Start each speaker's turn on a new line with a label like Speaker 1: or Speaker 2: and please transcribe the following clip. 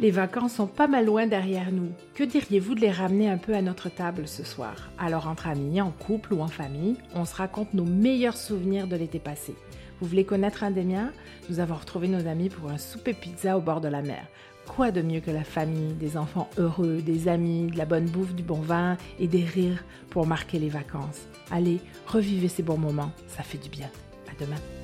Speaker 1: Les vacances sont pas mal loin derrière nous. Que diriez-vous de les ramener un peu à notre table ce soir? Alors entre amis, en couple ou en famille, on se raconte nos meilleurs souvenirs de l'été passé. Vous voulez connaître un des miens? Nous avons retrouvé nos amis pour un souper pizza au bord de la mer. Quoi de mieux que la famille, des enfants heureux, des amis, de la bonne bouffe, du bon vin et des rires pour marquer les vacances. Allez, revivez ces bons moments, ça fait du bien. À demain.